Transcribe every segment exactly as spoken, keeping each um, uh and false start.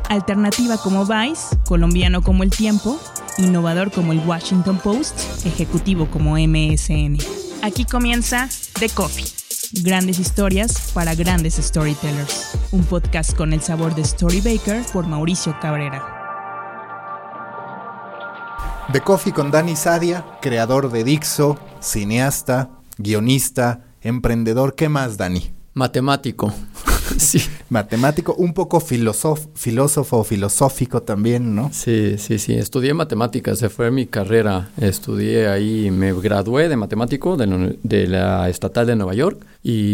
Alternativa como Vice, colombiano como El Tiempo, innovador como el Washington Post, ejecutivo como M S N. Aquí comienza The Coffee. Grandes historias para grandes storytellers. Un podcast con el sabor de Storybaker por Mauricio Cabrera. The Coffee con Dani Sadia, creador de Dixo, cineasta, guionista, emprendedor. ¿Qué más, Dani? Matemático. Sí. Matemático, un poco filosof- filósofo, filosófico también, ¿no? Sí, sí, sí. Estudié matemáticas, se fue mi carrera. Estudié ahí, me gradué de matemático de la, de la Estatal de Nueva York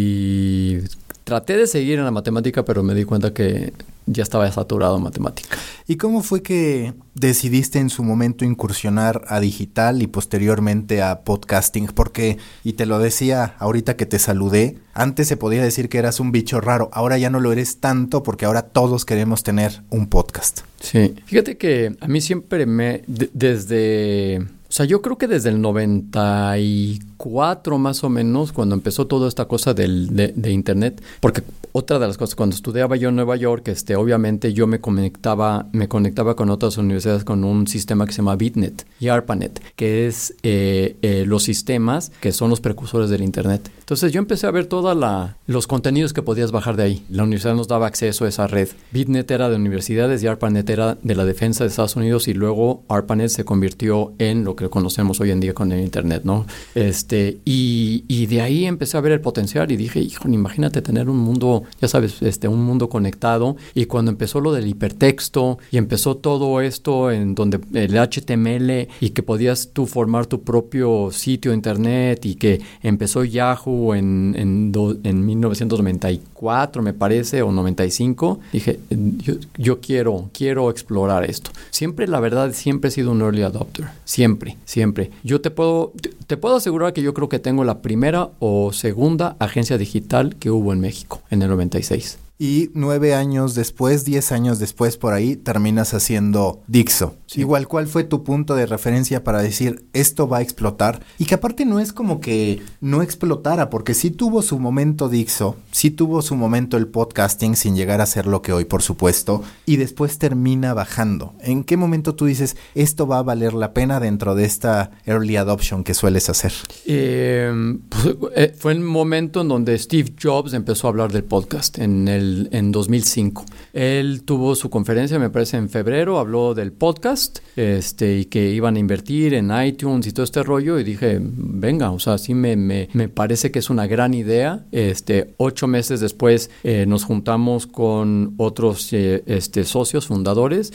y traté de seguir en la matemática, pero me di cuenta que ya estaba saturado en matemática. ¿Y cómo fue que decidiste en su momento incursionar a digital y posteriormente a podcasting? Porque, y te lo decía ahorita que te saludé, antes se podía decir que eras un bicho raro, ahora ya no lo eres tanto porque ahora todos queremos tener un podcast. Sí, fíjate que a mí siempre me, de, desde... O sea, yo creo que desde el noventa y cuatro más o menos, cuando empezó toda esta cosa del, de, de internet, porque otra de las cosas, cuando estudiaba yo en Nueva York, este, obviamente yo me conectaba, me conectaba con otras universidades con un sistema que se llama BitNet y ARPANET, que es eh, eh, los sistemas que son los precursores del internet. Entonces yo empecé a ver todos los contenidos que podías bajar de ahí. La universidad nos daba acceso a esa red. BitNet era de universidades y ARPANET era de la defensa de Estados Unidos, y luego ARPANET se convirtió en lo que conocemos hoy en día con el internet, ¿no? Este, y, y de ahí empecé a ver el potencial y dije, hijo, imagínate tener un mundo, ya sabes, este, un mundo conectado. Y cuando empezó lo del hipertexto y empezó todo esto en donde el H T M L y que podías tú formar tu propio sitio de internet, y que empezó Yahoo en, en, do, en mil novecientos noventa y cuatro, me parece, o noventa y cinco, dije, yo, yo quiero, quiero explorar esto. Siempre, la verdad, siempre he sido un early adopter. Siempre. Siempre. Yo te puedo, te puedo asegurar que yo creo que tengo la primera o segunda agencia digital que hubo en México en el noventa y seis. Y nueve años después, diez años después por ahí, terminas haciendo Dixo. Sí. Igual, ¿cuál fue tu punto de referencia para decir esto va a explotar? Y que aparte no es como que no explotara, porque sí tuvo su momento Dixo, sí tuvo su momento el podcasting, sin llegar a ser lo que hoy, por supuesto, y después termina bajando. ¿En qué momento tú dices esto va a valer la pena dentro de esta early adoption que sueles hacer? Eh, pues, eh, fue el momento en donde Steve Jobs empezó a hablar del podcast, en el en dos mil cinco. Él tuvo su conferencia, me parece en febrero, habló del podcast, este, y que iban a invertir en iTunes y todo este rollo, y dije, venga, o sea, sí me, me, me parece que es una gran idea. Este, ocho meses después eh, nos juntamos con otros eh, este, socios fundadores,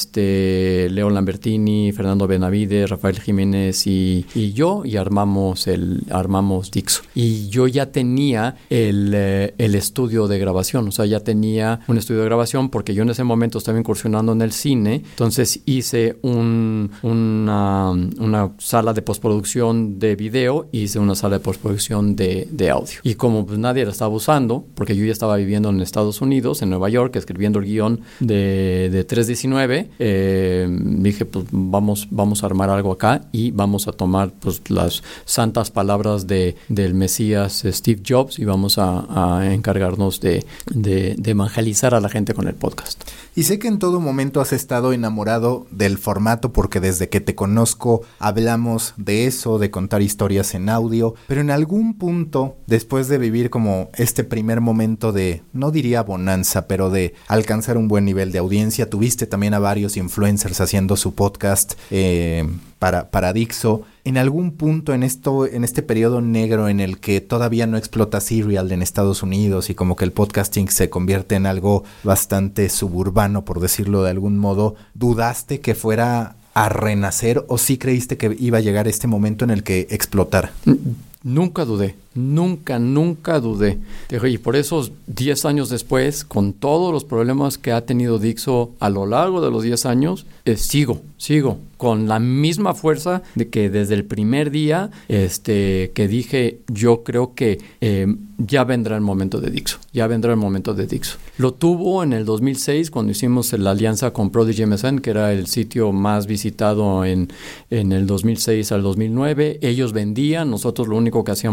este, Leo Lambertini, Fernando Benavides, Rafael Jiménez y, y yo, y armamos el armamos Dixo. Y yo ya tenía el, eh, el estudio de grabación, o sea, ya tenía un estudio de grabación, porque yo en ese momento estaba incursionando en el cine. Entonces hice un, una, una sala de postproducción de video, hice una sala de postproducción de, de audio. Y como pues nadie la estaba usando, porque yo ya estaba viviendo en Estados Unidos, en Nueva York, escribiendo el guión de, de tres diecinueve, eh, dije, pues vamos, vamos a armar algo acá y vamos a tomar pues las santas palabras de, del Mesías Steve Jobs y vamos a, a encargarnos de De, de evangelizar a la gente con el podcast. Y sé que en todo momento has estado enamorado del formato, porque desde que te conozco hablamos de eso, de contar historias en audio, pero en algún punto, después de vivir como este primer momento de, no diría bonanza, pero de alcanzar un buen nivel de audiencia, tuviste también a varios influencers haciendo su podcast eh, para, para Dixo. En algún punto en esto, en este periodo negro en el que todavía no explota Serial en Estados Unidos y como que el podcasting se convierte en algo bastante suburbano, por decirlo de algún modo, ¿dudaste que fuera a renacer o sí creíste que iba a llegar este momento en el que explotara? Nunca dudé. Nunca, nunca dudé. Y por eso, diez años después, con todos los problemas que ha tenido Dixo a lo largo de los diez años, eh, sigo, sigo, con la misma fuerza de que desde el primer día este, que dije, yo creo que eh, ya vendrá el momento de Dixo, ya vendrá el momento de Dixo. Lo tuvo en el dos mil seis, cuando hicimos la alianza con Prodigy M S N, que era el sitio más visitado en, en el dos mil seis al dos mil nueve. Ellos vendían, nosotros lo único que hacíamos era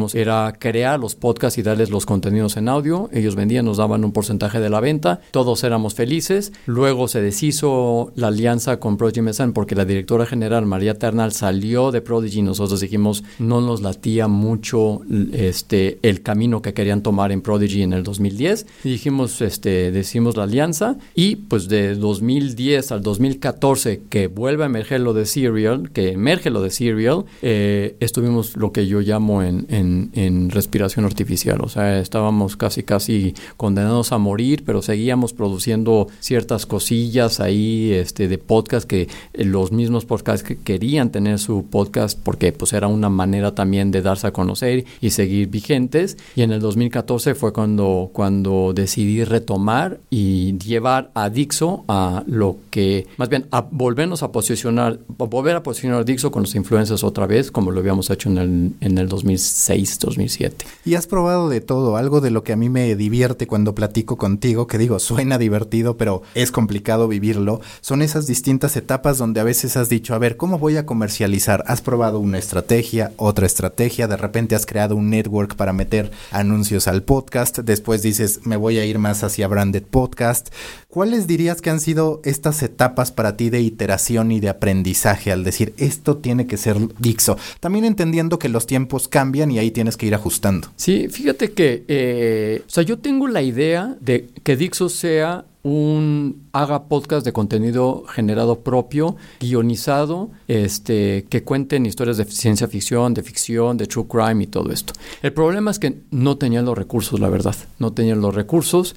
era crear los podcasts y darles los contenidos en audio. Ellos vendían, nos daban un porcentaje de la venta. Todos éramos felices. Luego se deshizo la alianza con Prodigy M S N porque la directora general, María Ternal, salió de Prodigy. Nosotros dijimos, no nos latía mucho este, el camino que querían tomar en Prodigy en el dos mil diez. Y dijimos, este, decimos la alianza. Y pues de dos mil diez al dos mil catorce, que vuelve a emerger lo de Serial, que emerge lo de Serial, eh, estuvimos lo que yo llamo en, en, en respiración artificial. O sea, estábamos casi, casi condenados a morir, pero seguíamos produciendo ciertas cosillas ahí este, de podcast que eh, los mismos podcasts que querían tener su podcast porque pues era una manera también de darse a conocer y seguir vigentes. Y en el dos mil catorce fue cuando, cuando decidí retomar y llevar a Dixo a lo que, más bien, a volvernos a posicionar, a volver a posicionar a Dixo con los influencers otra vez, como lo habíamos hecho en el, en el dos mil seis, dos mil siete. Y has probado de todo. Algo de lo que a mí me divierte cuando platico contigo, que digo, suena divertido, pero es complicado vivirlo, son esas distintas etapas donde a veces has dicho, a ver, ¿cómo voy a comercializar? Has probado una estrategia, otra estrategia, de repente has creado un network para meter anuncios al podcast, después dices, me voy a ir más hacia branded podcast. ¿Cuáles dirías que han sido estas etapas para ti de iteración y de aprendizaje al decir, esto tiene que ser Dixo? También entendiendo que los tiempos cambian y ahí tienes que ir ajustando. Sí, fíjate que, eh, o sea, yo tengo la idea de que Dixo sea un haga podcast de contenido generado propio, guionizado, este, que cuenten historias de ciencia ficción, de ficción, de true crime y todo esto. El problema es que no tenían los recursos, la verdad. No tenían los recursos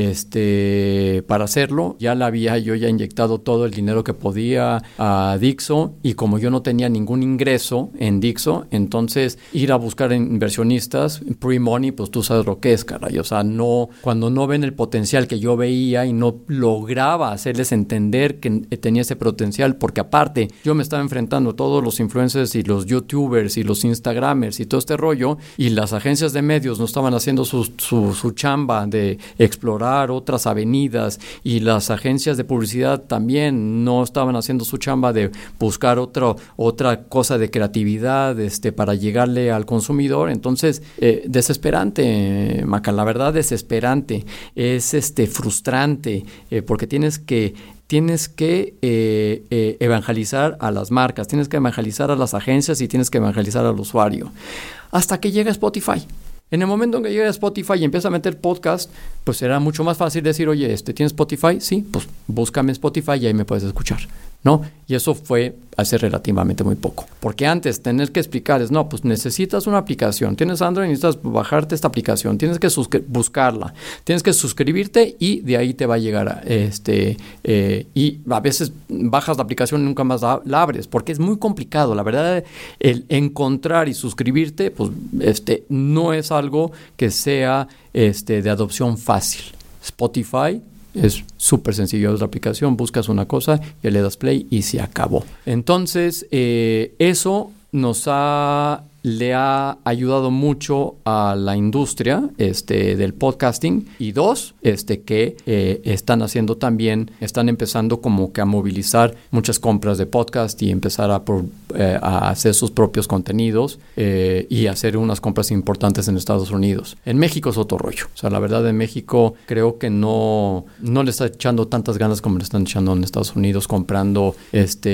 este, para hacerlo. Ya la había yo ya inyectado todo el dinero que podía a Dixo y como yo no tenía ningún ingreso en Dixo, entonces ir a buscar inversionistas, pre-money, pues tú sabes lo que es, caray. O sea, no, cuando no ven el potencial que yo veía y no lograba hacerles entender que tenía ese potencial, porque aparte yo me estaba enfrentando a todos los influencers y los youtubers y los instagramers y todo este rollo, y las agencias de medios no estaban haciendo su, su, su chamba de explorar otras avenidas, y las agencias de publicidad también no estaban haciendo su chamba de buscar otro, otra cosa de creatividad este, para llegarle al consumidor. Entonces, eh, desesperante, Maca, la verdad, desesperante, es este frustrante. Eh, porque tienes que tienes que eh, eh, evangelizar a las marcas, tienes que evangelizar a las agencias y tienes que evangelizar al usuario hasta que llega Spotify. En el momento en que llega Spotify y empieza a meter podcast, pues será mucho más fácil decir, oye, este, ¿tienes Spotify? Sí, pues búscame Spotify y ahí me puedes escuchar, ¿no? Y eso fue hace relativamente muy poco. Porque antes tener que explicarles, no, pues necesitas una aplicación, tienes Android, necesitas bajarte esta aplicación, tienes que suscri- buscarla, tienes que suscribirte y de ahí te va a llegar a este, eh, y a veces bajas la aplicación y nunca más la, la abres, porque es muy complicado. La verdad, el encontrar y suscribirte, pues este, no es algo que sea este, de adopción fácil. Spotify es súper sencillo, es la aplicación, buscas una cosa y le das play y se acabó. Entonces, eh, eso nos ha... le ha ayudado mucho a la industria este, del podcasting. Y dos, este, que eh, están haciendo también, están empezando como que a movilizar muchas compras de podcast y empezar a, por, eh, a hacer sus propios contenidos eh, y hacer unas compras importantes en Estados Unidos. En México es otro rollo. O sea, la verdad, en México creo que no, no le está echando tantas ganas como le están echando en Estados Unidos, comprando este,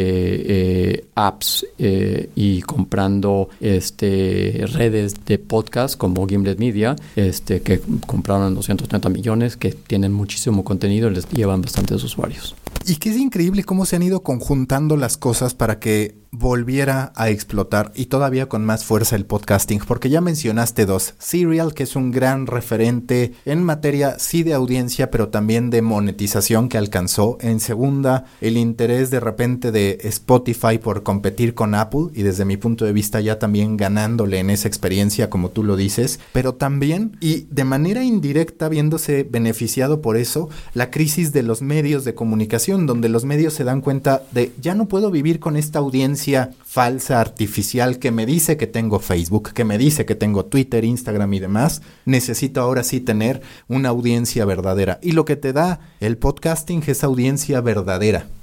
eh, apps eh, y comprando este redes de podcast como Gimlet Media, este, que compraron doscientos treinta millones, que tienen muchísimo contenido y les llevan bastantes usuarios. Y que es increíble cómo se han ido conjuntando las cosas para que volviera a explotar y todavía con más fuerza el podcasting, porque ya mencionaste dos. Serial, que es un gran referente en materia sí de audiencia, pero también de monetización que alcanzó. En segunda, el interés de repente de Spotify por competir con Apple y desde mi punto de vista ya también ganándole en esa experiencia, como tú lo dices, pero también y de manera indirecta viéndose beneficiado por eso, la crisis de los medios de comunicación, donde los medios se dan cuenta de ya no puedo vivir con esta audiencia falsa, artificial, que me dice que tengo Facebook, que me dice que tengo Twitter, Instagram y demás. Necesito ahora sí tener una audiencia verdadera. Y lo que te da el podcasting es audiencia verdadera.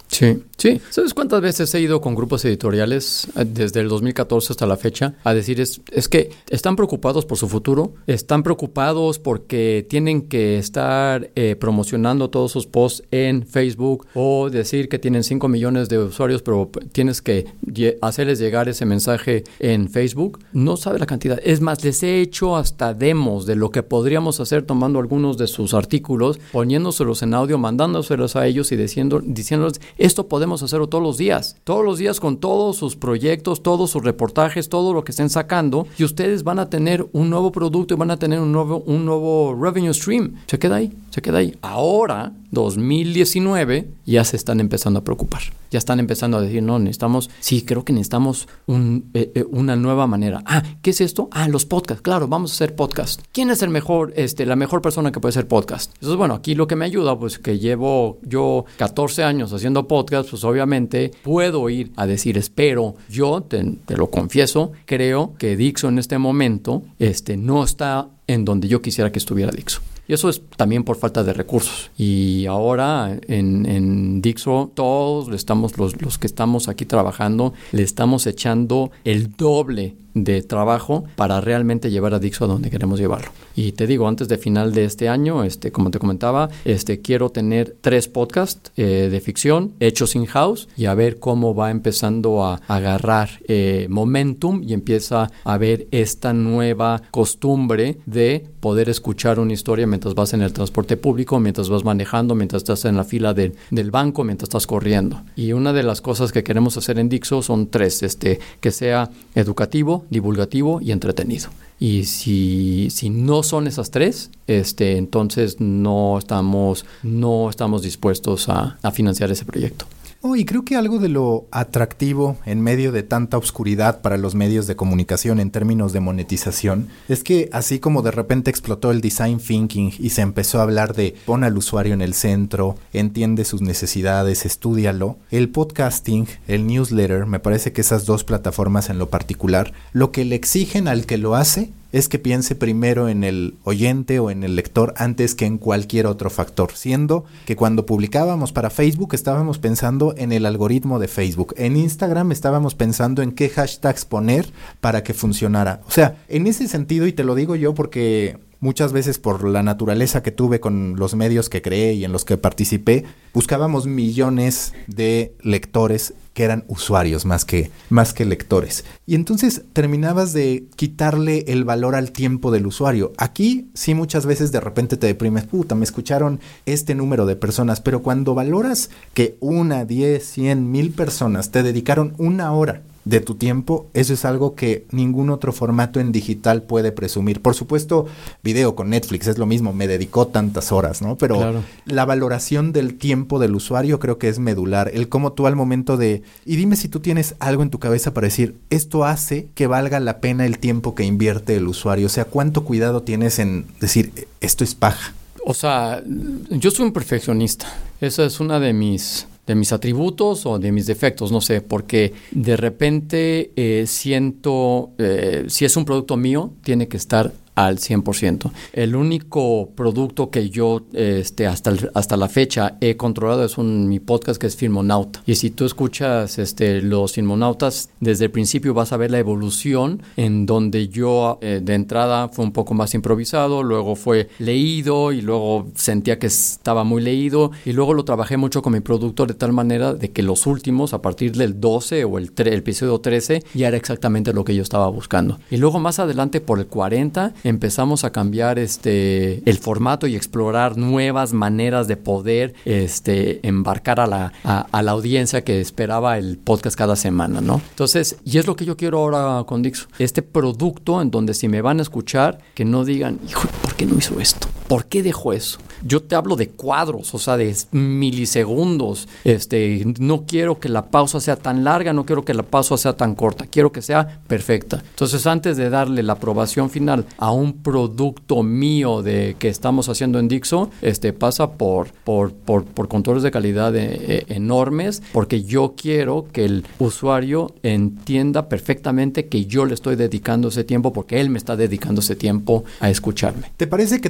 Sí, sí. ¿Sabes cuántas veces he ido con grupos editoriales desde el dos mil catorce hasta la fecha a decir es, es que están preocupados por su futuro, están preocupados porque tienen que estar eh, promocionando todos sus posts en Facebook o decir que tienen cinco millones de usuarios, pero tienes que hacerles llegar ese mensaje en Facebook? No sabe la cantidad. Es más, les he hecho hasta demos de lo que podríamos hacer tomando algunos de sus artículos, poniéndoselos en audio, mandándoselos a ellos y diciendo, diciéndoles esto podemos hacerlo todos los días, todos los días con todos sus proyectos, todos sus reportajes, todo lo que estén sacando, y ustedes van a tener un nuevo producto y van a tener un nuevo, un nuevo revenue stream. Se queda ahí, se queda ahí. Ahora, dos mil diecinueve, ya se están empezando a preocupar. Ya están empezando a decir, no, necesitamos, sí, creo que necesitamos un, eh, eh, una nueva manera. Ah, ¿qué es esto? Ah, los podcasts. Claro, vamos a hacer podcast. ¿Quién es el mejor, este, la mejor persona que puede hacer podcast? Entonces, bueno, aquí lo que me ayuda, pues que llevo yo catorce años haciendo podcast, pues obviamente puedo ir a decir, espero, yo te, te lo confieso, creo que Dixo en este momento este, no está en donde yo quisiera que estuviera Dixo. Y eso es también por falta de recursos. Y ahora en, en Dixo, todos estamos, los, los que estamos aquí trabajando, le estamos echando el doble de trabajo para realmente llevar a Dixo a donde queremos llevarlo. Y te digo, antes de final de este año, este, como te comentaba, este, quiero tener tres podcasts eh, de ficción hechos in-house y a ver cómo va empezando a agarrar eh, momentum y empieza a ver esta nueva costumbre de poder escuchar una historia mientras vas en el transporte público, mientras vas manejando, mientras estás en la fila de, del banco, mientras estás corriendo. Y una de las cosas que queremos hacer en Dixo son tres, este, que sea educativo, divulgativo y entretenido. Y si, si no son esas tres, este, entonces no estamos, no estamos dispuestos a, a financiar ese proyecto. Oh, y creo que algo de lo atractivo en medio de tanta oscuridad para los medios de comunicación en términos de monetización es que así como de repente explotó el design thinking y se empezó a hablar de pon al usuario en el centro, entiende sus necesidades, estúdialo, el podcasting, el newsletter, me parece que esas dos plataformas en lo particular, lo que le exigen al que lo hace es que piense primero en el oyente o en el lector antes que en cualquier otro factor, siendo que cuando publicábamos para Facebook estábamos pensando en el algoritmo de Facebook, en Instagram estábamos pensando en qué hashtags poner para que funcionara. O sea, en ese sentido, y te lo digo yo porque muchas veces por la naturaleza que tuve con los medios que creé y en los que participé, buscábamos millones de lectores que eran usuarios más que, más que lectores. Y entonces terminabas de quitarle el valor al tiempo del usuario. Aquí sí muchas veces de repente te deprimes, puta, me escucharon este número de personas, pero cuando valoras que una, diez, cien, mil personas te dedicaron una hora de tu tiempo, eso es algo que ningún otro formato en digital puede presumir. Por supuesto, video con Netflix es lo mismo, me dedicó tantas horas, ¿no? Pero claro, la valoración del tiempo del usuario creo que es medular. El cómo tú al momento de... Y dime si tú tienes algo en tu cabeza para decir, esto hace que valga la pena el tiempo que invierte el usuario. O sea, ¿cuánto cuidado tienes en decir, esto es paja? O sea, yo soy un perfeccionista. Esa es una de mis... de mis atributos o de mis defectos, no sé, porque de repente eh, siento, eh, si es un producto mío, tiene que estar al cien por ciento. El único producto que yo este, hasta, el, hasta la fecha he controlado es un, mi podcast que es Filmonauta. Y si tú escuchas este, los Filmonautas, desde el principio vas a ver la evolución en donde yo eh, de entrada fue un poco más improvisado, luego fue leído y luego sentía que estaba muy leído y luego lo trabajé mucho con mi productor de tal manera de que los últimos, a partir del doce o el, tre- el episodio trece, ya era exactamente lo que yo estaba buscando. Y luego más adelante por el cuarenta empezamos a cambiar este el formato y explorar nuevas maneras de poder este embarcar a la, a, a la audiencia que esperaba el podcast cada semana, ¿no? Entonces, y es lo que yo quiero ahora con Dixo. Este producto en donde si me van a escuchar, que no digan, hijo, ¿por qué no hizo esto? ¿Por qué dejó eso? Yo te hablo de cuadros, o sea, de milisegundos. Este, no quiero que la pausa sea tan larga, no quiero que la pausa sea tan corta, quiero que sea perfecta. Entonces, antes de darle la aprobación final a un producto mío de que estamos haciendo en Dixo, este, pasa por, por, por, por controles de calidad de, eh, enormes, porque yo quiero que el usuario entienda perfectamente que yo le estoy dedicando ese tiempo, porque él me está dedicando ese tiempo a escucharme. ¿Te parece que tenemos una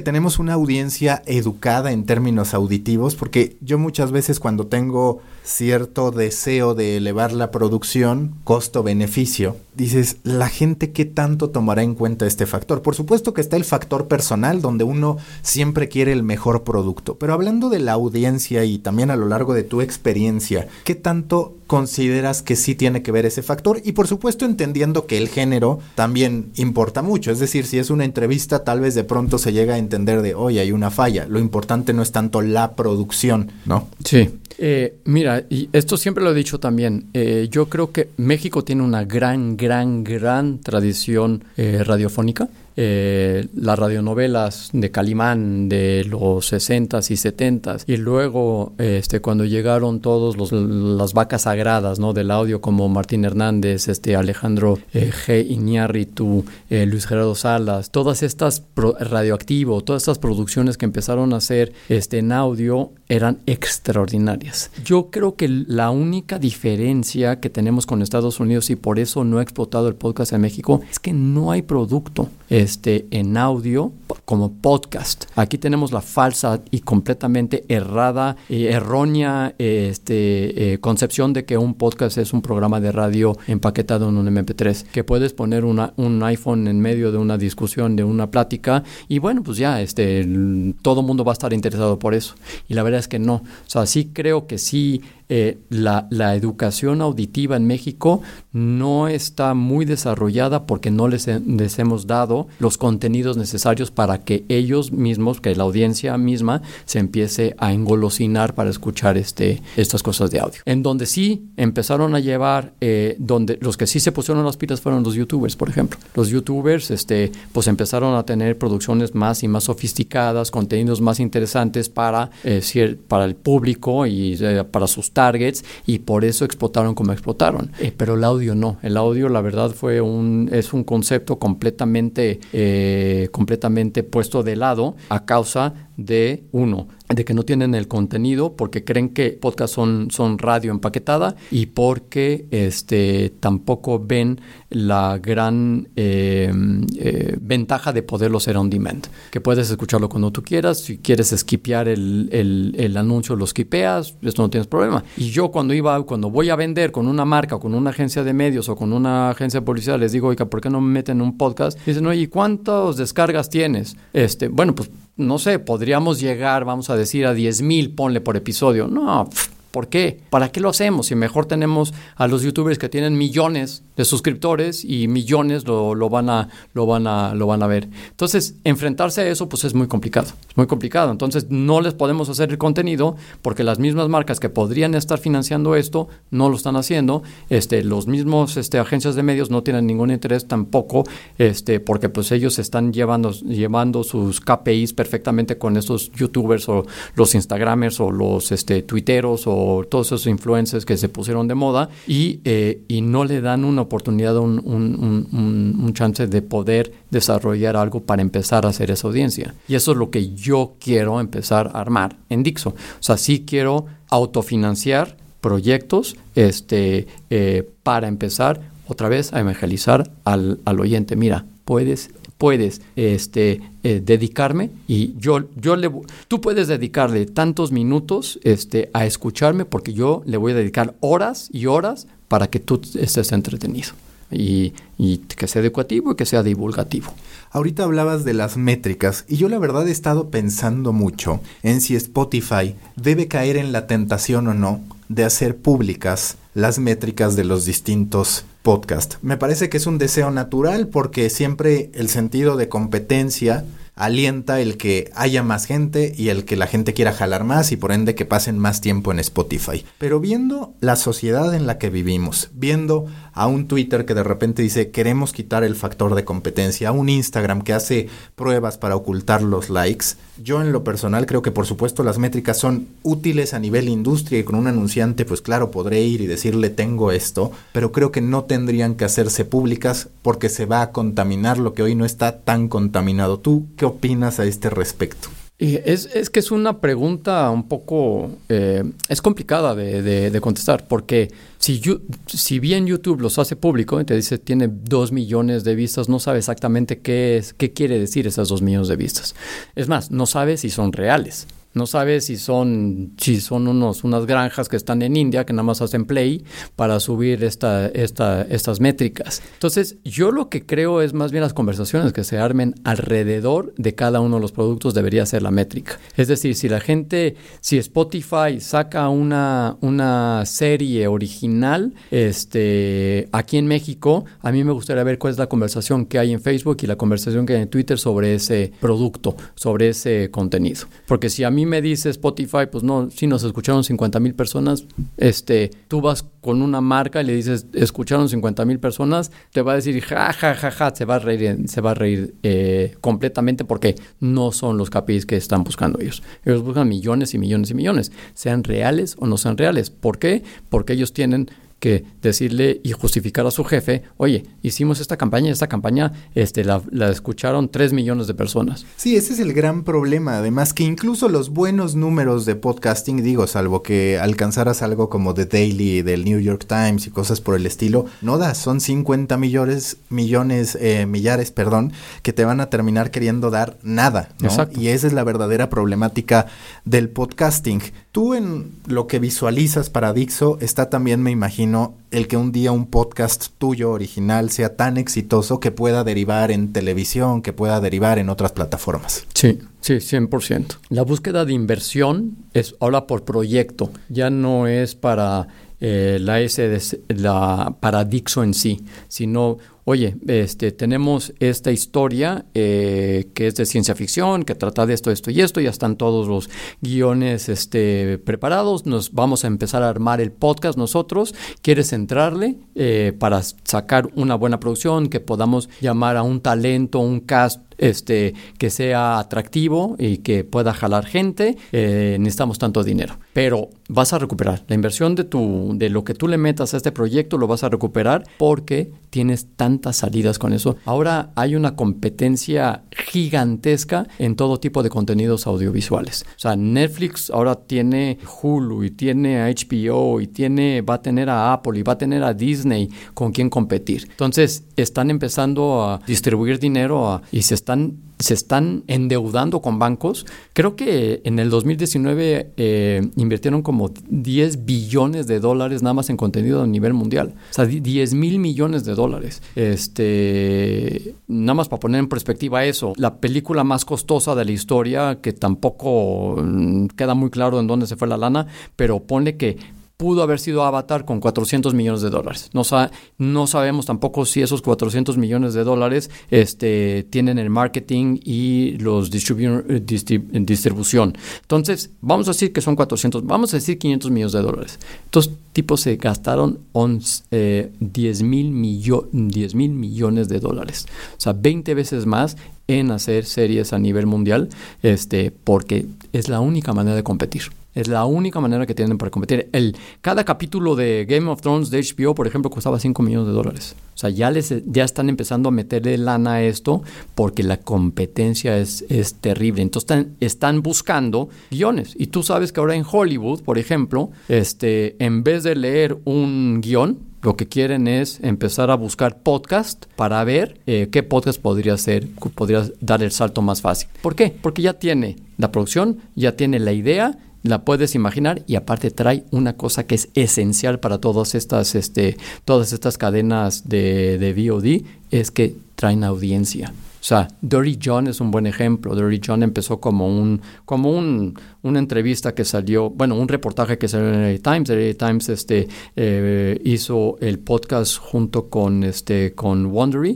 una audiencia educada en términos auditivos? Porque yo muchas veces cuando tengo cierto deseo de elevar la producción, costo-beneficio, dices, ¿la gente qué tanto tomará en cuenta este factor? Por supuesto que está el factor personal, donde uno siempre quiere el mejor producto, pero hablando de la audiencia y también a lo largo de tu experiencia, ¿qué tanto consideras que sí tiene que ver ese factor? Y por supuesto entendiendo que el género también importa mucho, es decir, si es una entrevista tal vez de pronto se llega a entender de, oye, hay una falla, lo importante no es tanto la producción, ¿no? Sí, eh, mira, y esto siempre lo he dicho también, eh, yo creo que México tiene una gran, gran, gran tradición eh, radiofónica. Eh, las radionovelas de Calimán de los sesentas y setentas, y luego este cuando llegaron todos los las vacas sagradas, ¿no?, del audio, como Martín Hernández, este Alejandro eh, G. Iñárritu, eh, Luis Gerardo Salas, todas estas pro, Radioactivo, todas estas producciones que empezaron a hacer este en audio eran extraordinarias. Yo creo que la única diferencia que tenemos con Estados Unidos, y por eso no ha explotado el podcast en México, es que no hay producto este en audio como podcast. Aquí tenemos la falsa y completamente errada, eh, errónea este, eh, concepción de que un podcast es un programa de radio empaquetado en un eme pe tres, que puedes poner una, un iPhone en medio de una discusión, de una plática, y bueno, pues ya este, todo el mundo va a estar interesado por eso. Y la verdad es que no. O sea, sí creo que sí eh, la, la educación auditiva en México no está muy desarrollada porque no les, les hemos dado los contenidos necesarios para que ellos mismos, que la audiencia misma se empiece a engolosinar para escuchar este, estas cosas de audio. En donde sí empezaron a llevar, eh, donde los que sí se pusieron las pilas fueron los youtubers, por ejemplo. Los youtubers este, pues empezaron a tener producciones más y más sofisticadas, contenidos más interesantes para, eh, para el público y eh, para sus targets, y por eso explotaron como explotaron. Eh, pero el audio no. El audio, la verdad, fue un es un concepto completamente, eh, completamente puesto de lado a causa de, uno, de que no tienen el contenido porque creen que podcasts son, son radio empaquetada, y porque este, tampoco ven la gran eh, eh, ventaja de poderlo hacer on demand, que puedes escucharlo cuando tú quieras. Si quieres skipear el, el, el anuncio, lo skipeas, esto no tienes problema. Y yo cuando iba, cuando voy a vender con una marca o con una agencia de medios o con una agencia de publicidad, les digo, oiga, ¿por qué no me meten un podcast? Y dicen, oye, ¿y cuántas descargas tienes? Este, bueno, pues no sé, podríamos llegar, vamos a decir, a diez mil, ponle por episodio. No, pff, ¿por qué? ¿Para qué lo hacemos? Si mejor tenemos a los youtubers que tienen millones de suscriptores y millones lo, lo van a lo van a lo van a ver. Entonces, enfrentarse a eso pues es muy complicado. Es muy complicado. Entonces, no les podemos hacer el contenido porque las mismas marcas que podrían estar financiando esto no lo están haciendo. Este, los mismos este, agencias de medios no tienen ningún interés tampoco, este, porque pues ellos están llevando llevando sus K P Is perfectamente con estos youtubers o los instagramers o los este tuiteros o o todos esos influencers que se pusieron de moda, y, eh, y no le dan una oportunidad, un, un, un, un chance de poder desarrollar algo para empezar a hacer esa audiencia. Y eso es lo que yo quiero empezar a armar en Dixo. O sea, sí quiero autofinanciar proyectos este, eh, para empezar otra vez a evangelizar al, al oyente. Mira, puedes... puedes este, eh, dedicarme y yo, yo le, tú puedes dedicarle tantos minutos este, a escucharme, porque yo le voy a dedicar horas y horas para que tú estés entretenido y, y que sea educativo y que sea divulgativo. Ahorita hablabas de las métricas y yo la verdad he estado pensando mucho en si Spotify debe caer en la tentación o no de hacer públicas las métricas de los distintos podcasts. Me parece que es un deseo natural porque siempre el sentido de competencia alienta el que haya más gente y el que la gente quiera jalar más y por ende que pasen más tiempo en Spotify. Pero viendo la sociedad en la que vivimos, viendo a un Twitter que de repente dice queremos quitar el factor de competencia, a un Instagram que hace pruebas para ocultar los likes, yo en lo personal creo que por supuesto las métricas son útiles a nivel industria y con un anunciante pues claro podré ir y decirle tengo esto, pero creo que no tendrían que hacerse públicas porque se va a contaminar lo que hoy no está tan contaminado. ¿Tú qué opinas a este respecto? Es, es que es una pregunta un poco, eh, es complicada de, de, de contestar, porque si, you, si bien YouTube los hace público y te dice tiene dos millones de vistas, no sabe exactamente qué, es, qué quiere decir esas dos millones de vistas. Es más, no sabe si son reales. No sabes si son si son unos unas granjas que están en India que nada más hacen play para subir esta, esta, estas métricas. Entonces, yo lo que creo es más bien las conversaciones que se armen alrededor de cada uno de los productos debería ser la métrica. Es decir, si la gente, si Spotify saca una, una serie original este, aquí en México, a mí me gustaría ver cuál es la conversación que hay en Facebook y la conversación que hay en Twitter sobre ese producto, sobre ese contenido. Porque si a mí me dice Spotify, pues no, si nos escucharon cincuenta mil personas, este, tú vas con una marca y le dices, escucharon cincuenta mil personas, te va a decir, ja, ja, ja, ja, se va a reír, se va a reír eh, completamente porque no son los K P Is que están buscando ellos. Ellos buscan millones y millones y millones, sean reales o no sean reales. ¿Por qué? Porque ellos tienen que decirle y justificar a su jefe, oye, hicimos esta campaña, esta campaña este, la, la escucharon tres millones de personas. Sí, ese es el gran problema. Además que incluso los buenos números de podcasting, digo, salvo que alcanzaras algo como The Daily del New York Times y cosas por el estilo, no da, son cincuenta millones, millones, eh, millares, perdón, que te van a terminar queriendo dar nada, ¿no? Exacto. Y esa es la verdadera problemática del podcasting. Tú en lo que visualizas para Dixo está también, me imagino, el que un día un podcast tuyo original sea tan exitoso que pueda derivar en televisión, que pueda derivar en otras plataformas. Sí, sí, cien por ciento. La búsqueda de inversión es ahora por proyecto, ya no es para eh, la S D C, la, para Dixo en sí, sino, oye, este, tenemos esta historia eh, que es de ciencia ficción, que trata de esto, esto y esto, ya están todos los guiones este, preparados, nos vamos a empezar a armar el podcast nosotros, ¿quieres entrarle eh, para sacar una buena producción, que podamos llamar a un talento, un cast este, que sea atractivo y que pueda jalar gente? Eh, necesitamos tanto dinero, pero vas a recuperar la inversión de, tu, de lo que tú le metas a este proyecto, lo vas a recuperar porque tienes tantas salidas con eso. Ahora hay una competencia gigantesca en todo tipo de contenidos audiovisuales. O sea, Netflix ahora tiene Hulu y tiene a H B O y tiene, va a tener a Apple y va a tener a Disney con quien competir. Entonces, están empezando a distribuir dinero a, y se están se están endeudando con bancos. Creo que en el dos mil diecinueve eh, invirtieron como diez billones de dólares nada más en contenido a nivel mundial. O sea, diez mil millones de dólares. Este, nada más para poner en perspectiva eso. La película más costosa de la historia, que tampoco mm, queda muy claro en dónde se fue la lana, pero ponle que pudo haber sido Avatar con cuatrocientos millones de dólares. No, sa- no sabemos tampoco si esos cuatrocientos millones de dólares este, tienen el marketing y los distribu- distrib- distribución. Entonces, vamos a decir que son cuatrocientos, vamos a decir quinientos millones de dólares. Estos tipos se gastaron once, eh, diez mil millo- diez mil millones de dólares. O sea, veinte veces más en hacer series a nivel mundial, este, porque es la única manera de competir. Es la única manera que tienen para competir. El, cada capítulo de Game of Thrones de H B O, por ejemplo, costaba cinco millones de dólares. O sea, ya, les, ya están empezando a meterle lana a esto porque la competencia es, es terrible. Entonces están, están buscando guiones. Y tú sabes que ahora en Hollywood, por ejemplo, este, en vez de leer un guión, lo que quieren es empezar a buscar podcast para ver eh, qué podcast podría ser, podría dar el salto más fácil. ¿Por qué? Porque ya tiene la producción, ya tiene la idea, la puedes imaginar y aparte trae una cosa que es esencial para todas estas, este, todas estas cadenas de, de V O D, es que traen audiencia. O sea, Dirty John es un buen ejemplo. Dirty John empezó como un como un una entrevista que salió, bueno, un reportaje que salió en el L A Times. El L A Times este, eh, hizo el podcast junto con, este, con Wondery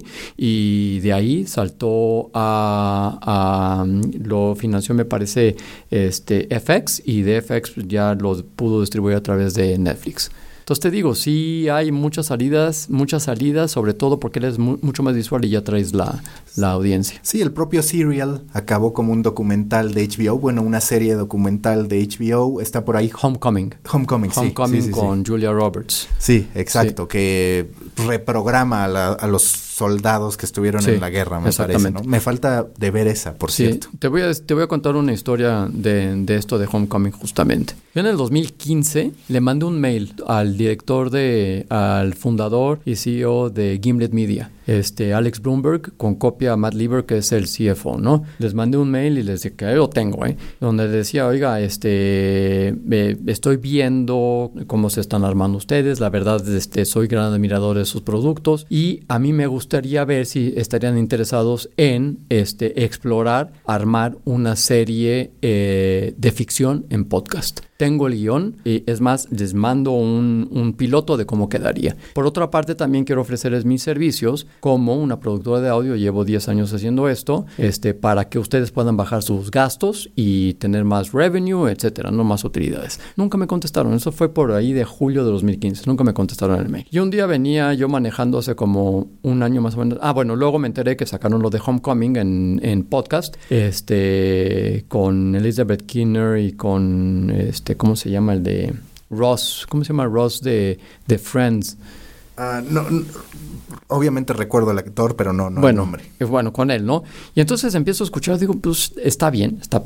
y de ahí saltó a, a lo financió, me parece, este, F X y de F X ya lo pudo distribuir a través de Netflix. Entonces te digo, sí hay muchas salidas, muchas salidas, sobre todo porque él es mu- mucho más visual y ya traes la, la audiencia. Sí, el propio Serial acabó como un documental de H B O, bueno, una serie documental de H B O, está por ahí. Homecoming. Homecoming, sí. Homecoming sí, sí, con sí. Julia Roberts. Sí, exacto, sí. Que reprograma a, la, a los soldados que estuvieron sí, en la guerra, me parece, ¿no? Me falta de ver esa, por sí, cierto. Te voy a, te voy a contar una historia de, de esto de Homecoming justamente. Yo en el dos mil quince le mandé un mail al director de, al fundador y C E O de Gimlet Media, este Alex Bloomberg, con copia a Matt Lieber, que es el C F O, ¿no? Les mandé un mail y les dije que ahí lo tengo, ¿eh? Donde decía, oiga, este, eh, estoy viendo cómo se están armando ustedes, la verdad, este, soy gran admirador de sus productos y a mí me gustaría ver si estarían interesados en este, explorar, armar una serie eh, de ficción en podcast. Tengo el guión y es más, les mando un, un piloto de cómo quedaría. Por otra parte, también quiero ofrecerles mis servicios como una productora de audio. Llevo diez años haciendo esto, este, para que ustedes puedan bajar sus gastos y tener más revenue, etcétera, no más utilidades. Nunca me contestaron. Eso fue por ahí de julio de dos mil quince. Nunca me contestaron el mail. Y un día venía yo manejando hace como un año más o menos. Ah, bueno, luego me enteré que sacaron lo de Homecoming en, en podcast, este, con Elizabeth Kinner y con este, ¿cómo se llama? El de Ross. ¿Cómo se llama Ross de, de Friends? Uh, no, no, obviamente recuerdo al actor, pero no, no bueno, el nombre. Bueno, con él, ¿no? Y entonces empiezo a escuchar, digo, pues está bien, está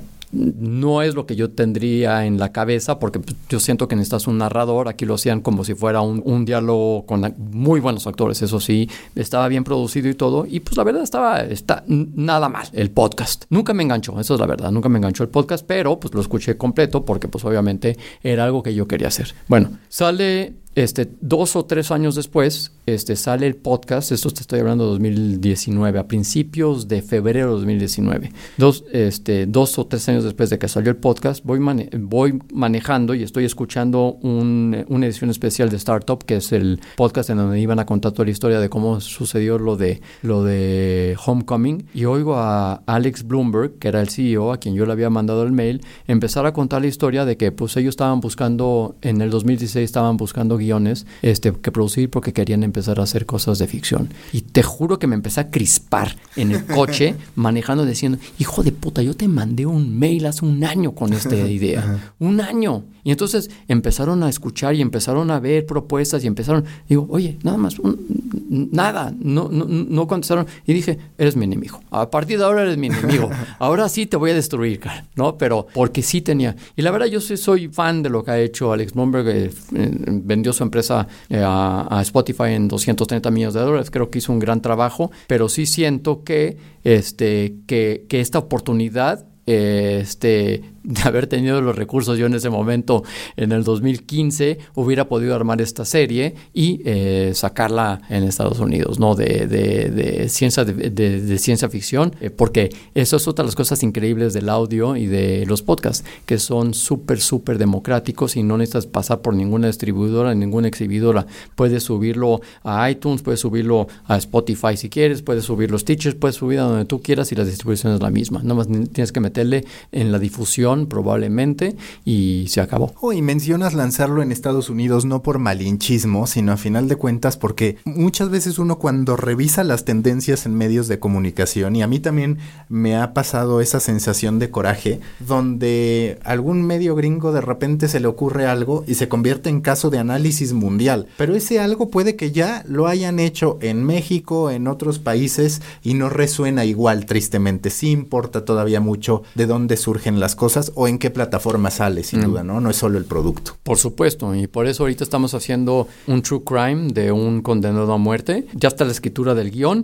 no es lo que yo tendría en la cabeza, porque pues, yo siento que necesitas un narrador. Aquí lo hacían como si fuera un, un diálogo con la, muy buenos actores, eso sí, estaba bien producido y todo, y pues la verdad estaba está, nada mal el podcast. Nunca me enganchó, eso es la verdad, nunca me enganchó el podcast, pero pues lo escuché completo porque pues obviamente era algo que yo quería hacer. Bueno, sale... Este, dos o tres años después, este, sale el podcast. Esto te estoy hablando de dos mil diecinueve, a principios de febrero de dos mil diecinueve. Dos, este, dos o tres años después de que salió el podcast, voy, mane- voy manejando y estoy escuchando un, una edición especial de Startup, que es el podcast en donde iban a contar toda la historia de cómo sucedió lo de, lo de Homecoming. Y oigo a Alex Bloomberg, que era el C E O, a quien yo le había mandado el mail, empezar a contar la historia de que pues ellos estaban buscando, en el dos mil dieciséis estaban buscando guiones este, que producir porque querían empezar a hacer cosas de ficción. Y te juro que me empecé a crispar en el coche manejando diciendo, hijo de puta, yo te mandé un mail hace un año con esta idea. Un año. Y entonces empezaron a escuchar y empezaron a ver propuestas y empezaron, digo, oye, nada más, un, nada, no, no, no contestaron. Y dije, eres mi enemigo. A partir de ahora eres mi enemigo. Ahora sí te voy a destruir, cara, ¿no? Pero porque sí tenía. Y la verdad, yo sí soy fan de lo que ha hecho Alex Bloomberg. Eh, eh, vendió su empresa eh, a, a Spotify en doscientos treinta millones de dólares. Creo que hizo un gran trabajo, pero sí siento que, este, que, que esta oportunidad, eh, este... de haber tenido los recursos yo en ese momento, en el dos mil quince, hubiera podido armar esta serie y eh, sacarla en Estados Unidos, ¿no? De, de, de, ciencia, de, de, de ciencia ficción, eh, porque eso es otra de las cosas increíbles del audio y de los podcasts, que son súper, súper democráticos y no necesitas pasar por ninguna distribuidora, ninguna exhibidora. Puedes subirlo a iTunes, puedes subirlo a Spotify si quieres, puedes subir los teachers, puedes subir a donde tú quieras y la distribución es la misma. Nada más tienes que meterle en la difusión probablemente y se acabó. Oh, y mencionas lanzarlo en Estados Unidos no por malinchismo, sino a final de cuentas porque muchas veces uno cuando revisa las tendencias en medios de comunicación, y a mí también me ha pasado esa sensación de coraje, donde algún medio gringo de repente se le ocurre algo y se convierte en caso de análisis mundial, pero ese algo puede que ya lo hayan hecho en México, en otros países, y no resuena igual, tristemente. Sí importa todavía mucho de dónde surgen las cosas o en qué plataforma sale, sin mm. duda, ¿no? No es solo el producto. Por supuesto, y por eso ahorita estamos haciendo un true crime de un condenado a muerte. Ya está la escritura del guión,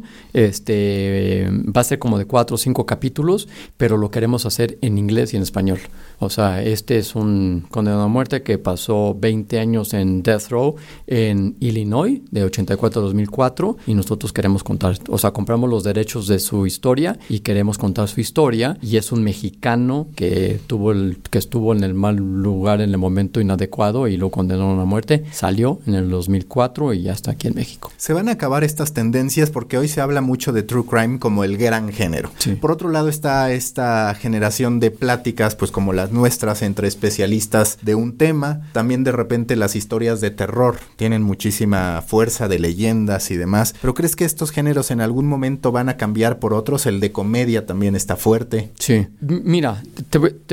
este va a ser como de cuatro o cinco capítulos, pero lo queremos hacer en inglés y en español. O sea, este es un condenado a muerte que pasó veinte años en Death Row en Illinois, de ochenta y cuatro a dos mil cuatro, y nosotros queremos contar, o sea, compramos los derechos de su historia y queremos contar su historia, y es un mexicano que tuvo el, que estuvo en el mal lugar en el momento inadecuado y lo condenaron a muerte. Salió en el dos mil cuatro y ya está aquí en México. Se van a acabar estas tendencias porque hoy se habla mucho de true crime como el gran género. Sí. Por otro lado está esta generación de pláticas, pues como las nuestras, entre especialistas de un tema. También de repente las historias de terror tienen muchísima fuerza, de leyendas y demás. ¿Pero crees que estos géneros en algún momento van a cambiar por otros? El de comedia también está fuerte. Sí. Mira, te, te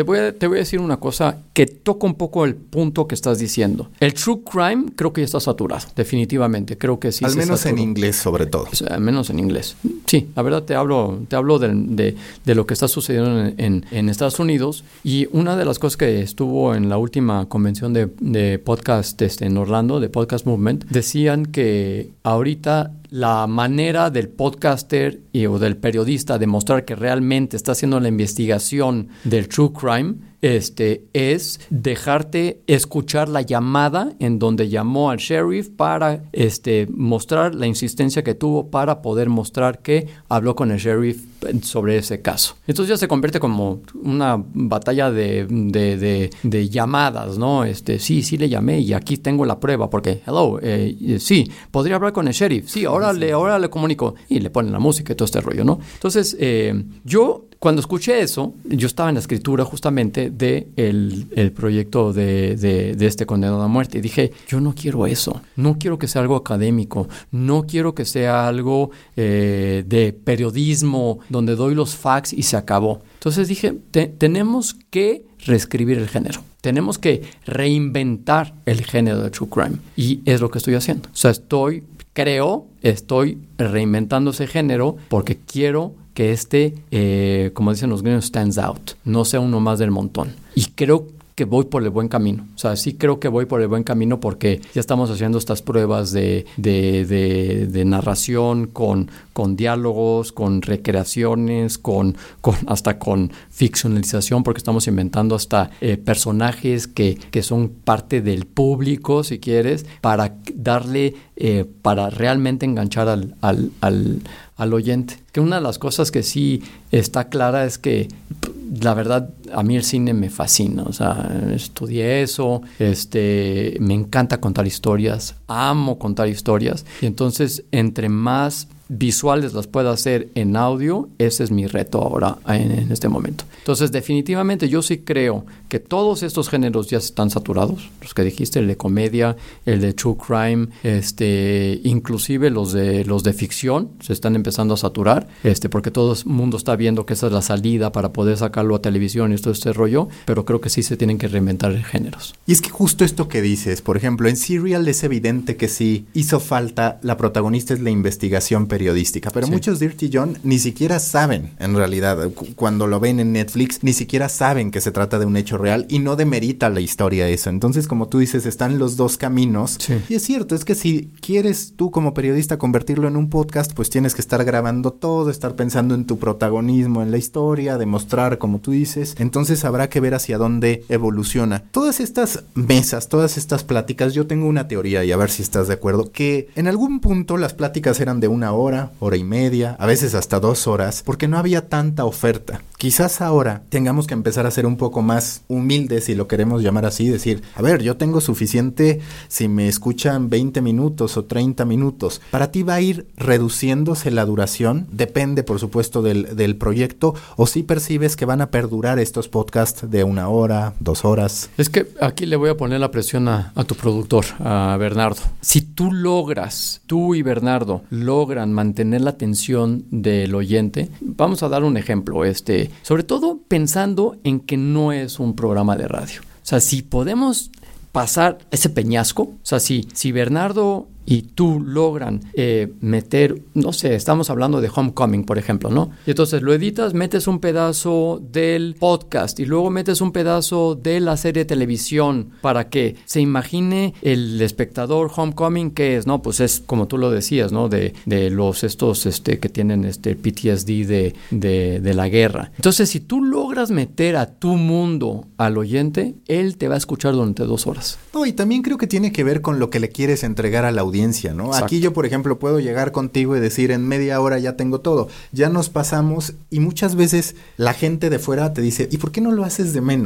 te voy a, te voy a decir una cosa que toca un poco el punto que estás diciendo. El true crime creo que ya está saturado, definitivamente. Creo que sí. Al se menos saturó. En inglés, sobre todo. O sea, al menos en inglés. Sí, la verdad te hablo, te hablo de, de, de lo que está sucediendo en, en, en Estados Unidos. Y una de las cosas que estuvo en la última convención de, de podcast este, en Orlando, de Podcast Movement, decían que ahorita la manera del podcaster y, o del periodista de mostrar que realmente está haciendo la investigación del true crime este, es dejarte escuchar la llamada en donde llamó al sheriff para este, mostrar la insistencia que tuvo para poder mostrar que habló con el sheriff sobre ese caso. Entonces ya se convierte como una batalla de, de, de, de llamadas, ¿no? Este, sí, sí le llamé y aquí tengo la prueba porque, hello, eh, sí, podría hablar con el sheriff, sí, ahora, le, ahora le comunico y le ponen la música y todo este rollo, ¿no? Entonces, eh, yo... Cuando escuché eso, yo estaba en la escritura justamente de el, el proyecto de, de, de este condenado a muerte y dije, yo no quiero eso, no quiero que sea algo académico, no quiero que sea algo eh, de periodismo donde doy los facts y se acabó. Entonces dije, te, tenemos que reescribir el género. Tenemos que reinventar el género de true crime y es lo que estoy haciendo. O sea, estoy, creo, estoy reinventando ese género porque quiero que este, eh, como dicen los gringos, stands out, no sea uno más del montón. Y creo que voy por el buen camino. O sea, sí creo que voy por el buen camino porque ya estamos haciendo estas pruebas de, de, de, de narración con, con diálogos, con recreaciones, con, con hasta con ficcionalización, porque estamos inventando hasta eh, personajes que, que son parte del público, si quieres, para darle, eh, para realmente enganchar al, al, al, al oyente. Que una de las cosas que sí está clara es que la verdad, a mí el cine me fascina, o sea, estudié eso, este, me encanta contar historias, amo contar historias, y entonces, entre más visuales las pueda hacer en audio, ese es mi reto ahora en, en este momento. Entonces, definitivamente yo sí creo que todos estos géneros ya están saturados, los que dijiste, el de comedia, el de true crime, este, inclusive los de los de ficción se están empezando a saturar, este, porque todo el mundo está viendo que esa es la salida para poder sacarlo a televisión y todo este rollo, pero creo que sí se tienen que reinventar géneros. Y es que justo esto que dices, por ejemplo, en Serial es evidente que sí hizo falta, la protagonista es la investigación periodística. periodística, pero sí. Muchos Dirty John ni siquiera saben, en realidad, cu- cuando lo ven en Netflix, ni siquiera saben que se trata de un hecho real y no demerita la historia eso. Entonces, como tú dices, están los dos caminos. Sí. Y es cierto, es que si quieres tú como periodista convertirlo en un podcast, pues tienes que estar grabando todo, estar pensando en tu protagonismo en la historia, demostrar, como tú dices. Entonces habrá que ver hacia dónde evoluciona. Todas estas mesas, todas estas pláticas, yo tengo una teoría y a ver si estás de acuerdo, que en algún punto las pláticas eran de una hora, hora y media, a veces hasta dos horas, porque no había tanta oferta. Quizás ahora tengamos que empezar a ser un poco más humildes, si lo queremos llamar así, decir, a ver, yo tengo suficiente si me escuchan veinte minutos o treinta minutos. ¿Para ti va a ir reduciéndose la duración? Depende, por supuesto, del, del proyecto, o si percibes que van a perdurar estos podcasts de una hora, dos horas. Es que aquí le voy a poner la presión a, a tu productor, a Bernardo. Si tú logras, tú y Bernardo logran mantener la atención del oyente, vamos a dar un ejemplo, este, sobre todo pensando en que no es un programa de radio. O sea, si podemos pasar ese peñasco, o sea, si, si Bernardo y tú logran eh, meter, no sé, estamos hablando de Homecoming, por ejemplo, ¿no? Y entonces lo editas, metes un pedazo del podcast y luego metes un pedazo de la serie de televisión para que se imagine el espectador Homecoming que es, ¿no? Pues es como tú lo decías, ¿no? De, de los estos este, que tienen este P T S D de, de, de la guerra. Entonces, si tú logras meter a tu mundo al oyente, él te va a escuchar durante dos horas. No, y también creo que tiene que ver con lo que le quieres entregar a la audiencia. Audiencia, ¿no? Aquí yo, por ejemplo, puedo llegar contigo y decir en media hora ya tengo todo. Ya nos pasamos y muchas veces la gente de fuera te dice, ¿y por qué no lo haces de menos?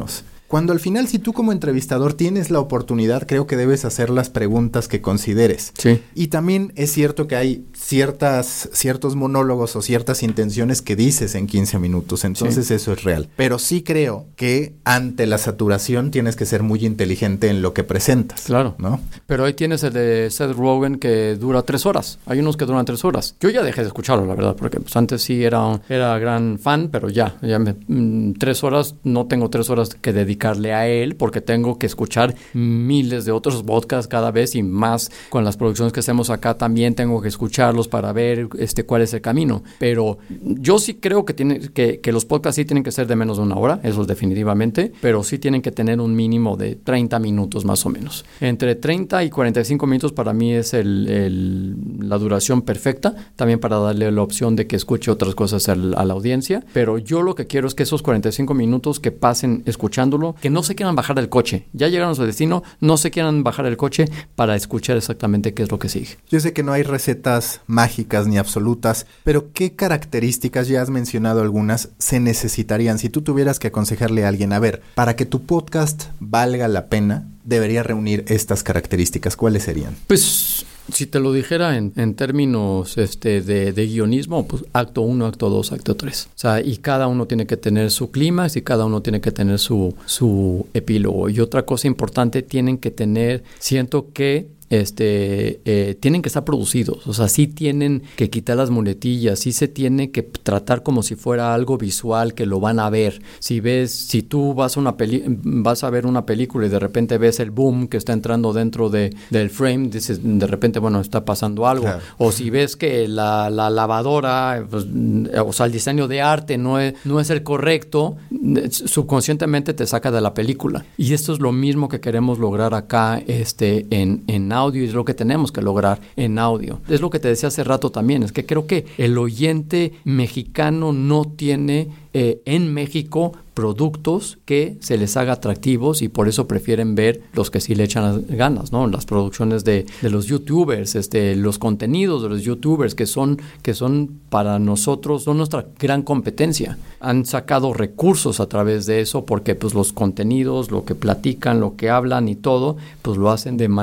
Cuando al final, si tú como entrevistador tienes la oportunidad, creo que debes hacer las preguntas que consideres. Sí. Y también es cierto que hay ciertas, ciertos monólogos o ciertas intenciones que dices en quince minutos, entonces sí. Eso es real. Pero sí creo que ante la saturación tienes que ser muy inteligente en lo que presentas. Claro. ¿No? Pero ahí tienes el de Seth Rogen que dura tres horas. Hay unos que duran tres horas. Yo ya dejé de escucharlo, la verdad, porque pues, antes sí era, era gran fan, pero ya, ya me, mm, tres horas, no tengo tres horas que dedicarle a él, porque tengo que escuchar miles de otros podcasts cada vez y más con las producciones que hacemos acá también tengo que escucharlos para ver este cuál es el camino. Pero yo sí creo que, tiene, que, que los podcasts sí tienen que ser de menos de una hora, eso definitivamente, pero sí tienen que tener un mínimo de treinta minutos más o menos. Entre treinta y cuarenta y cinco minutos para mí es el, el, la duración perfecta, también para darle la opción de que escuche otras cosas al, a la audiencia, pero yo lo que quiero es que esos cuarenta y cinco minutos que pasen escuchándolo, que no se quieran bajar del coche, ya llegaron a su destino, no se quieran bajar del coche para escuchar exactamente qué es lo que sigue. Yo sé que no hay recetas mágicas ni absolutas, pero ¿qué características, ya has mencionado algunas, se necesitarían si tú tuvieras que aconsejarle a alguien, a ver, para que tu podcast valga la pena, debería reunir estas características? ¿Cuáles serían? Pues si te lo dijera en, en términos este, de, de guionismo, pues acto uno, acto dos, acto tres. O sea, y cada uno tiene que tener su clímax y cada uno tiene que tener su, su epílogo. Y otra cosa importante, tienen que tener, siento que Este, eh, tienen que estar producidos, o sea, sí tienen que quitar las muletillas, sí se tiene que tratar como si fuera algo visual que lo van a ver. Si ves, si tú vas a una peli- vas a ver una película y de repente ves el boom que está entrando dentro de, del frame, dices, de repente, bueno, está pasando algo. Claro. O si ves que la, la lavadora, pues, o sea, el diseño de arte no es, no es el correcto, subconscientemente te saca de la película. Y esto es lo mismo que queremos lograr acá este, en, en audio, y es lo que tenemos que lograr en audio. Es lo que te decía hace rato también, es que creo que el oyente mexicano no tiene eh, en México productos que se les haga atractivos y por eso prefieren ver los que sí le echan las ganas, ¿no? Las producciones de, de los youtubers, este, los contenidos de los youtubers que son, que son para nosotros, son nuestra gran competencia. Han sacado recursos a través de eso porque pues los contenidos, lo que platican, lo que hablan y todo, pues lo hacen de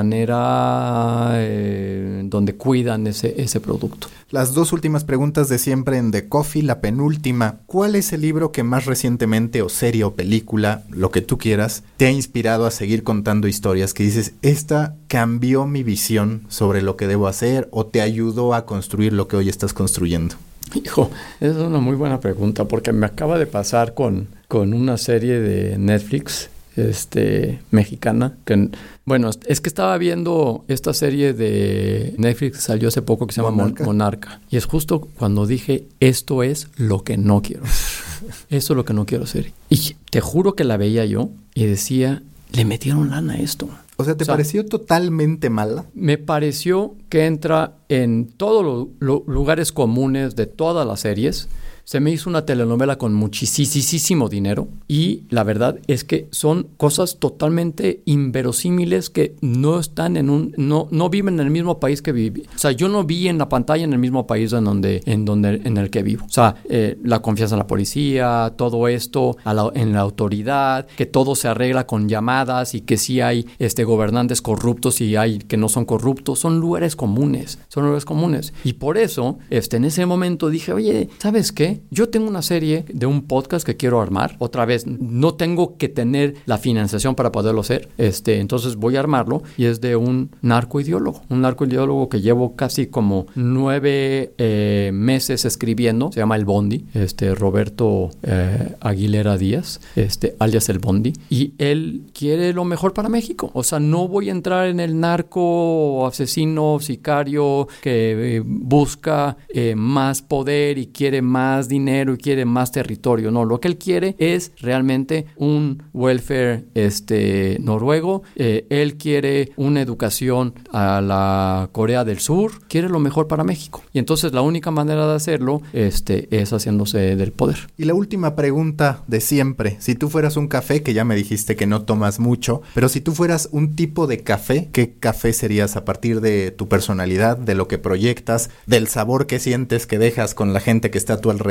manera eh, donde cuidan ese, ese producto. Las dos últimas preguntas de siempre en The Coffee, la penúltima. ¿Cuál es el libro que más recientemente, o serie o película, lo que tú quieras, te ha inspirado a seguir contando historias que dices, esta cambió mi visión sobre lo que debo hacer o te ayudó a construir lo que hoy estás construyendo? Hijo, esa es una muy buena pregunta porque me acaba de pasar con, con una serie de Netflix este mexicana que bueno, es que estaba viendo esta serie de Netflix que salió hace poco que se llama Monarca. Monarca y es justo cuando dije esto es lo que no quiero hacer. Esto es lo que no quiero hacer y te juro que la veía yo y decía, le metieron lana a esto. O sea, ¿te o sea, pareció totalmente mala? Me pareció que entra en todos los lo, lugares comunes de todas las series. Se me hizo una telenovela con muchísimo dinero y la verdad es que son cosas totalmente inverosímiles que no están en un, no, no viven en el mismo país que viví. O sea, yo no vi en la pantalla en el mismo país en donde, en donde, en el que vivo. O sea, eh, la confianza en la policía, todo esto, a la, en la autoridad, que todo se arregla con llamadas y que sí hay este gobernantes corruptos y hay que no son corruptos, son lugares comunes, son lugares comunes. Y por eso, este, en ese momento dije, oye, ¿sabes qué? Yo tengo una serie de un podcast que quiero armar. Otra vez, no tengo que tener la financiación para poderlo hacer. Este, entonces voy a armarlo y es de un narcoideólogo. Un narcoideólogo que llevo casi como nueve eh, meses escribiendo. Se llama El Bondi. Este, Roberto eh, Aguilera Díaz, este, alias El Bondi. Y él quiere lo mejor para México. O sea, no voy a entrar en el narco, asesino, sicario que eh, busca eh, más poder y quiere más dinero y quiere más territorio. No, lo que él quiere es realmente un welfare este, noruego. Eh, él quiere una educación a la Corea del Sur. Quiere lo mejor para México. Y entonces la única manera de hacerlo este, es haciéndose del poder. Y la última pregunta de siempre. Si tú fueras un café, que ya me dijiste que no tomas mucho, pero si tú fueras un tipo de café, ¿qué café serías a partir de tu personalidad, de lo que proyectas, del sabor que sientes que dejas con la gente que está a tu alrededor?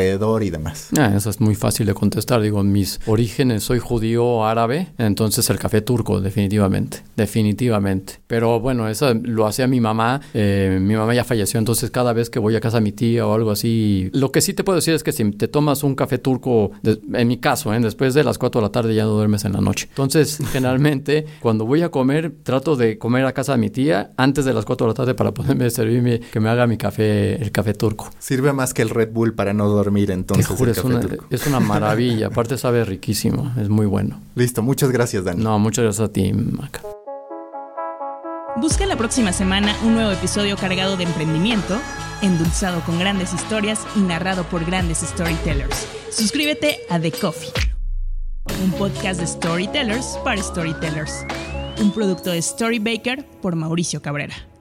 alrededor y demás. Ah, eso es muy fácil de contestar. Digo, mis orígenes, soy judío árabe, entonces el café turco, definitivamente, definitivamente. Pero bueno, eso lo hacía mi mamá. Eh, mi mamá ya falleció, entonces cada vez que voy a casa de mi tía o algo así, lo que sí te puedo decir es que si te tomas un café turco, de, en mi caso, ¿eh? después de las cuatro de la tarde ya no duermes en la noche. Entonces, generalmente, cuando voy a comer, trato de comer a casa de mi tía antes de las cuatro de la tarde para poderme servirme, que me haga mi café, el café turco. Sirve más que el Red Bull para no dormir, entonces. Te juro, el es, café una, turco. es una maravilla. Aparte sabe riquísimo, es muy bueno. Listo, muchas gracias, Dani. No, muchas gracias a ti, Maca. Busca la próxima semana un nuevo episodio cargado de emprendimiento, endulzado con grandes historias y narrado por grandes storytellers. Suscríbete a The Coffee, un podcast de storytellers para storytellers. Un producto de Storybaker por Mauricio Cabrera.